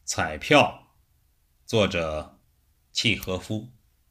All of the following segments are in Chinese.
彩票，作者契诃夫。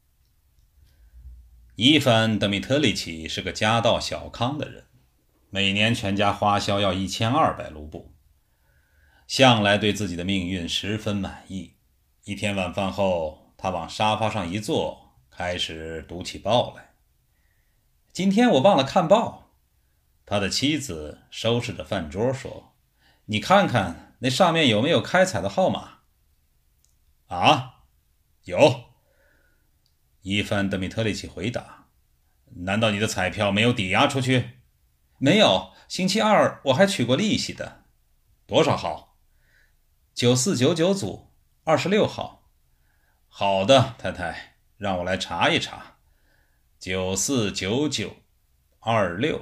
伊凡·德米特里奇是个家道小康的人，每年全家花销要1200卢布，向来对自己的命运十分满意。一天晚饭后，他往沙发上一坐，开始读起报来。今天我忘了看报，他的妻子收拾着饭桌说：“你看看那上面有没有开彩的号码？”啊，有。伊凡·德米特里奇回答：“难道你的彩票没有抵押出去？”“没有，星期二我还取过利息的。”“多少号？”“9499组，26号。”“好的，太太，让我来查一查。949926。”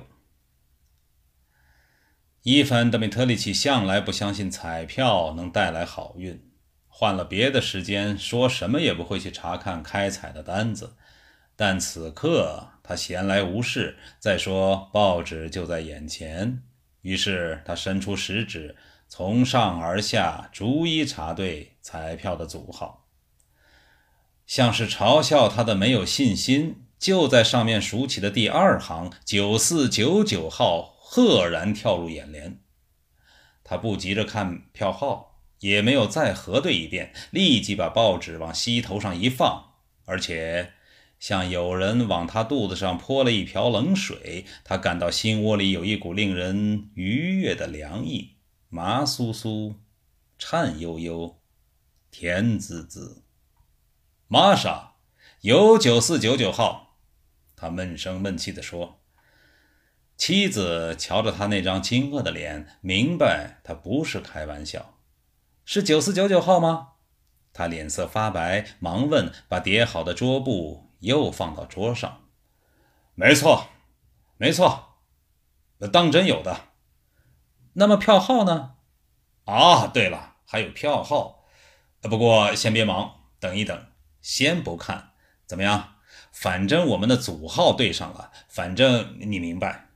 伊凡·德米特里奇向来不相信彩票能带来好运。换了别的时间，说什么也不会去查看开彩的单子，但此刻他闲来无事，再说报纸就在眼前，于是他伸出食指，从上而下逐一查对彩票的组号，像是嘲笑他的没有信心。就在上面数起的第二行9499号赫然跳入眼帘，他不急着看票号，也没有再核对一遍，立即把报纸往膝头上一放，而且像有人往他肚子上泼了一瓢冷水。他感到心窝里有一股令人愉悦的凉意，麻酥酥，颤悠悠，甜滋滋。玛莎，有9499号，他闷声闷气地说。妻子瞧着他那张惊愕的脸，明白他不是开玩笑。是9499号吗？他脸色发白，忙问，把叠好的桌布又放到桌上。没错，没错，当真有的。那么票号呢？啊，对了，还有票号。不过先别忙，等一等，先不看。怎么样？反正我们的组号对上了，反正你明白。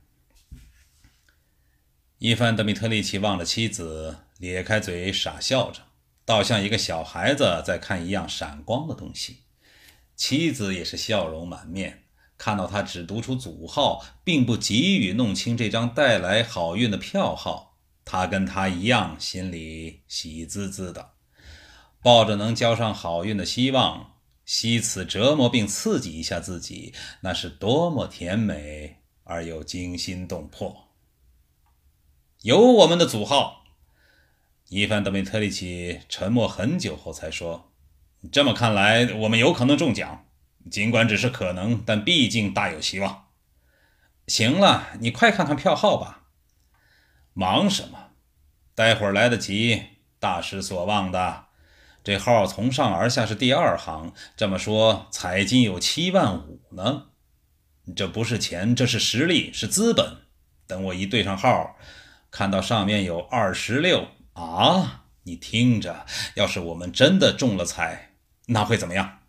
伊凡·德米特里奇望着妻子，咧开嘴傻笑着，倒像一个小孩子在看一样闪光的东西。妻子也是笑容满面，看到他只读出组号，并不急于弄清这张带来好运的票号，他跟他一样，心里喜滋滋的，抱着能交上好运的希望，惜此折磨并刺激一下自己，那是多么甜美而又惊心动魄。有我们的组号。伊凡·德米特里奇沉默很久后才说：“这么看来，我们有可能中奖，尽管只是可能，但毕竟大有希望。”“行了，你快看看票号吧。”“忙什么？待会儿来得及，大失所望的。这号从上而下是第二行，这么说彩金有75000呢。这不是钱，这是实力，是资本。等我一对上号，看到上面有26啊，你听着，要是我们真的中了彩，那会怎么样？”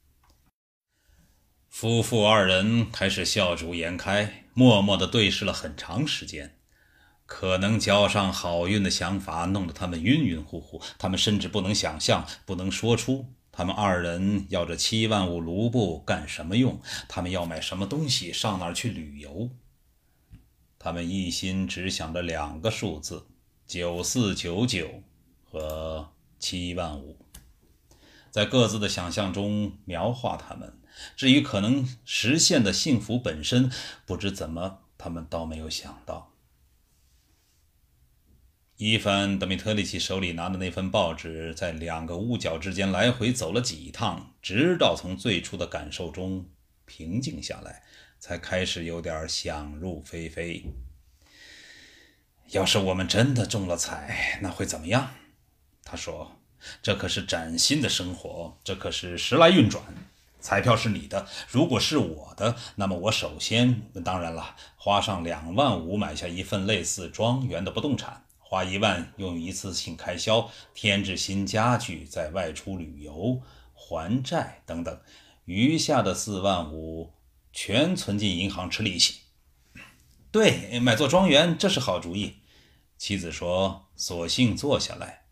夫妇二人开始笑逐颜开，默默地对视了很长时间。可能交上好运的想法弄得他们晕晕乎乎，他们甚至不能想象，不能说出他们二人要这75000卢布干什么用，他们要买什么东西，上哪儿去旅游。他们一心只想着2个数字，9499和75000，在各自的想象中描画他们。至于可能实现的幸福本身，不知怎么他们倒没有想到。伊凡·德米特里奇手里拿的那份报纸在2个屋角之间来回走了几趟，直到从最初的感受中平静下来，才开始有点想入非非。要是我们真的中了彩，那会怎么样？他说，这可是崭新的生活，这可是时来运转。彩票是你的，如果是我的，那么我首先，当然了，花上25000买下一份类似庄园的不动产，花1万用于一次性开销，添置新家具，再外出旅游，还债等等，余下的45000全存进银行吃利息。对，买座庄园，这是好主意。妻子说，索性坐下来，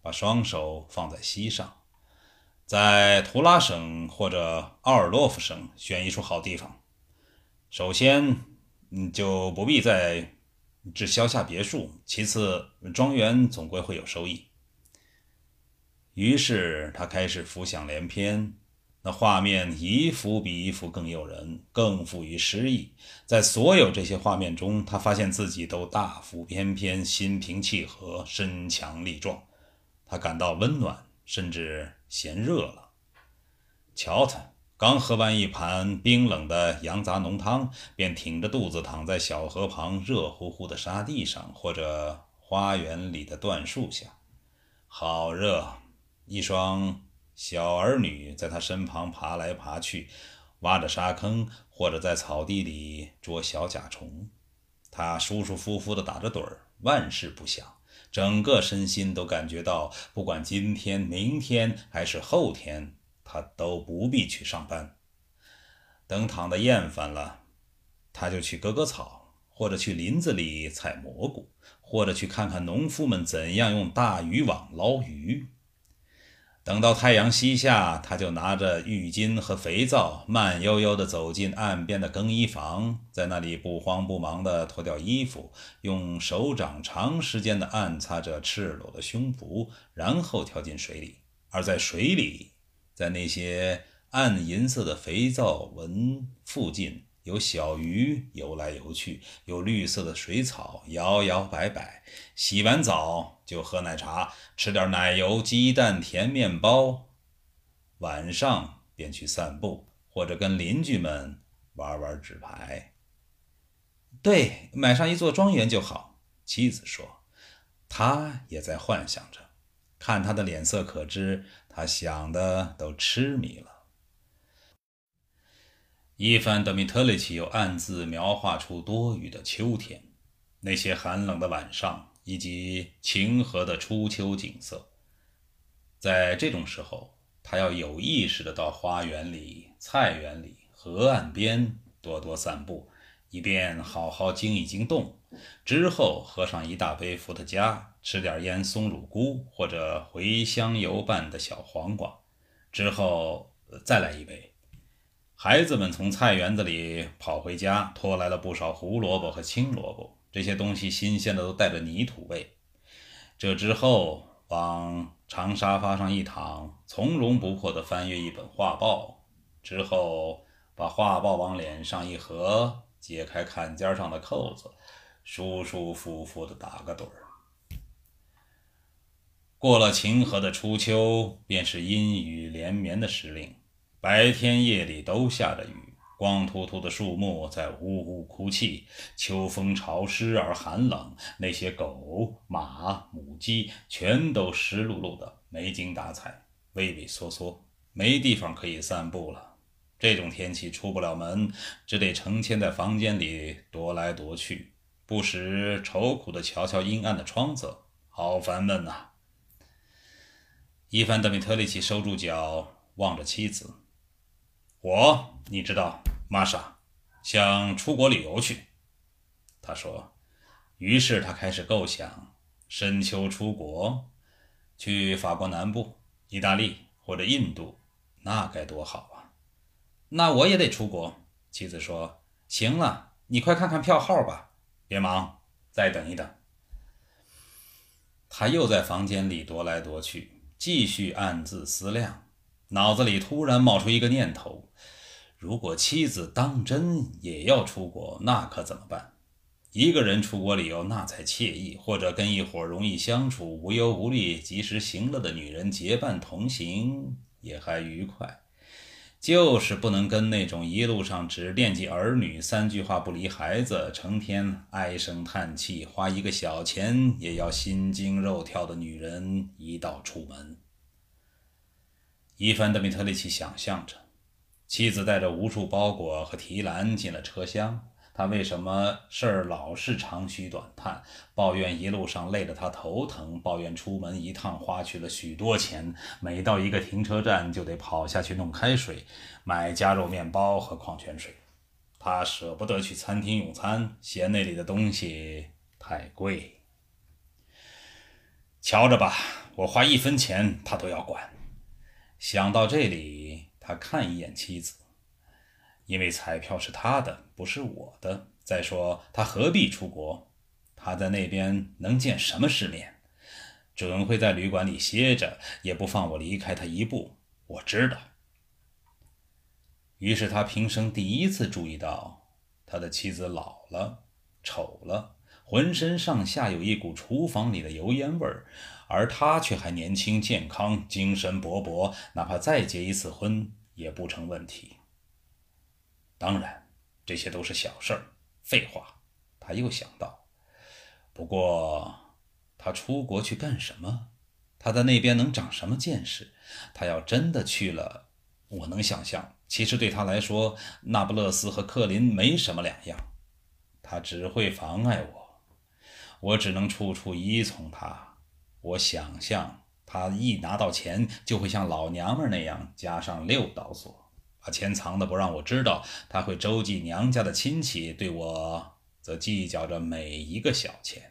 把双手放在膝上，在图拉省或者奥尔洛夫省选一处好地方。首先，就不必再置销下别墅；其次，庄园总归会有收益。于是他开始浮想联翩，那画面一幅比一幅更诱人，更富于诗意。在所有这些画面中，他发现自己都大腹翩翩，心平气和，身强力壮。他感到温暖，甚至嫌热了。瞧他，刚喝完一盘冰冷的羊杂浓汤，便挺着肚子躺在小河旁热乎乎的沙地上，或者花园里的椴树下。好热！一双小儿女在他身旁爬来爬去，挖着沙坑，或者在草地里捉小甲虫。他舒舒服服地打着盹儿，万事不想，整个身心都感觉到，不管今天、明天还是后天，他都不必去上班。等躺得厌烦了，他就去割割草，或者去林子里采蘑菇，或者去看看农夫们怎样用大渔网捞鱼。等到太阳西下，他就拿着浴巾和肥皂，慢悠悠地走进岸边的更衣房，在那里不慌不忙地脱掉衣服，用手掌长时间地按擦着赤裸的胸脯，然后跳进水里。而在水里，在那些暗银色的肥皂纹附近，有小鱼游来游去，有绿色的水草摇摇摆摆。洗完澡就喝奶茶，吃点奶油、鸡蛋、甜面包。晚上便去散步，或者跟邻居们玩玩纸牌。对，买上一座庄园就好，妻子说。他也在幻想着，看他的脸色可知，他想的都痴迷了。伊凡·德米特里奇又暗自描画出多雨的秋天，那些寒冷的晚上，以及晴和的初秋景色。在这种时候，他要有意识地到花园里、菜园里、河岸边多多散步，以便好好惊一惊动。之后喝上一大杯伏特加，吃点腌松乳菇或者茴香油拌的小黄瓜，之后再来一杯。孩子们从菜园子里跑回家，拖来了不少胡萝卜和青萝卜，这些东西新鲜的都带着泥土味。这之后往长沙发上一躺，从容不迫地翻阅一本画报，之后把画报往脸上一合，解开坎肩上的扣子，舒舒服服地打个盹儿。过了晴和的初秋，便是阴雨连绵的时令，白天夜里都下着雨，光秃秃的树木在呜呜哭泣，秋风潮湿而寒冷，那些狗、马、母鸡全都湿漉漉的，没精打采，畏畏缩缩，没地方可以散步了。这种天气出不了门，只得成天在房间里踱来踱去，不时愁苦地瞧瞧阴暗的窗子，好烦闷啊。伊凡·德米特里奇收住脚，望着妻子。你知道，玛莎，想出国旅游去。他说。于是他开始构想，深秋出国，去法国南部、意大利或者印度，那该多好啊！那我也得出国，妻子说。行了，你快看看票号吧。别忙，再等一等。他又在房间里踱来踱去，继续暗自思量，脑子里突然冒出一个念头：如果妻子当真也要出国，那可怎么办？一个人出国旅游那才惬意，或者跟一伙容易相处、无忧无虑、及时行乐的女人结伴同行，也还愉快。就是不能跟那种一路上只惦记儿女、三句话不离孩子、成天唉声叹气、花一个小钱也要心惊肉跳的女人一道出门。伊凡·德米特里奇想象着，妻子带着无数包裹和提篮进了车厢，他为什么事儿老是长吁短叹，抱怨一路上累得他头疼，抱怨出门一趟花去了许多钱，每到一个停车站就得跑下去弄开水，买加肉面包和矿泉水。他舍不得去餐厅用餐，嫌那里的东西太贵。 瞧着吧，我花1分钱他都要管。想到这里，他看一眼妻子，因为彩票是他的，不是我的。再说他何必出国？他在那边能见什么世面？准会在旅馆里歇着，也不放我离开他一步。我知道。于是他平生第一次注意到，他的妻子老了，丑了，浑身上下有一股厨房里的油烟味儿，而他却还年轻健康，精神勃勃，哪怕再结一次婚也不成问题。当然，这些都是小事儿，废话。他又想到，不过他出国去干什么？他在那边能长什么见识？他要真的去了，我能想象，其实对他来说，那不勒斯和克林没什么两样。他只会妨碍我，我只能处处依从他。我想象他一拿到钱，就会像老娘们那样加上6道锁，把钱藏得不让我知道。他会周济娘家的亲戚，对我则计较着每一个小钱。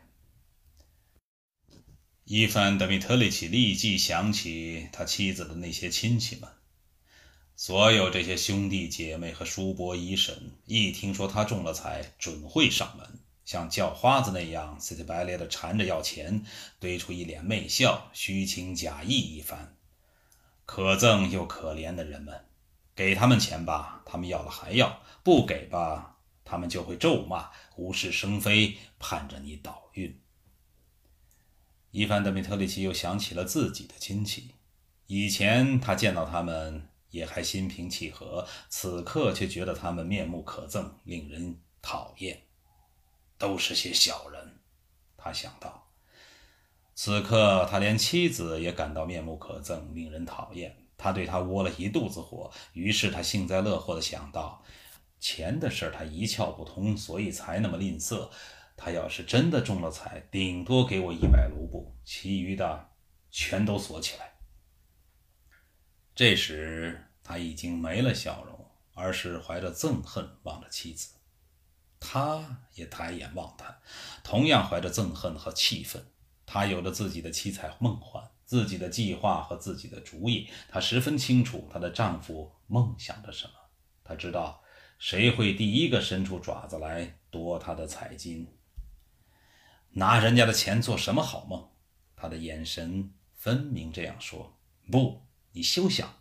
伊凡·德米特里奇立即想起他妻子的那些亲戚们，所有这些兄弟姐妹和叔伯姨婶，一听说他中了彩，准会上门，像叫花子那样死乞白赖地缠着要钱，堆出一脸媚笑，虚情假意一番。可憎又可怜的人们，给他们钱吧，他们要了还要；不给吧，他们就会咒骂，无事生非，盼着你倒运。伊凡·德米特里奇又想起了自己的亲戚，以前他见到他们也还心平气和，此刻却觉得他们面目可憎，令人讨厌。都是些小人，他想到。此刻他连妻子也感到面目可憎，令人讨厌。他对他窝了一肚子火，于是他幸灾乐祸地想到，钱的事他一窍不通，所以才那么吝啬。他要是真的中了彩，顶多给我100卢布，其余的全都锁起来。这时他已经没了笑容，而是怀着憎恨望着妻子。他也抬眼望她，同样怀着憎恨和气愤。他有着自己的七彩梦幻，自己的计划和自己的主意。她十分清楚她的丈夫梦想着什么，她知道谁会第一个伸出爪子来夺她的彩金。拿人家的钱做什么好梦？她的眼神分明这样说。不，你休想。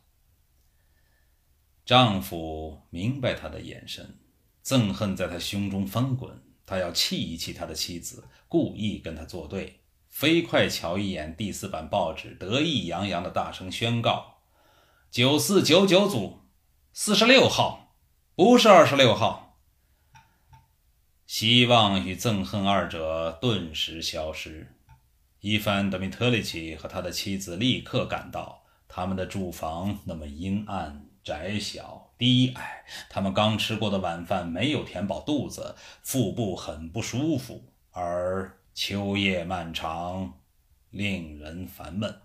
丈夫明白她的眼神，憎恨在她胸中翻滚。他要气一气他的妻子，故意跟他作对。飞快瞧一眼第4版报纸，得意洋洋地大声宣告：9499组46号，不是26号。希望与憎恨二者顿时消失。伊凡·德米特里奇和他的妻子立刻赶到，他们的住房那么阴暗、窄小、低矮，他们刚吃过的晚饭没有填饱肚子，腹部很不舒服，而秋夜漫长，令人烦闷。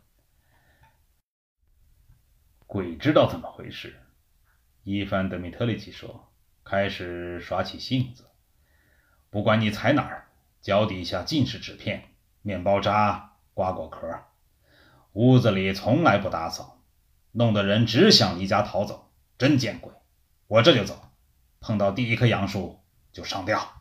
鬼知道怎么回事，伊凡·德米特里奇说，开始耍起性子。不管你踩哪儿，脚底下尽是纸片、面包渣、瓜果壳，屋子里从来不打扫，弄得人只想离家逃走，真见鬼！我这就走，碰到第一棵杨树就上吊。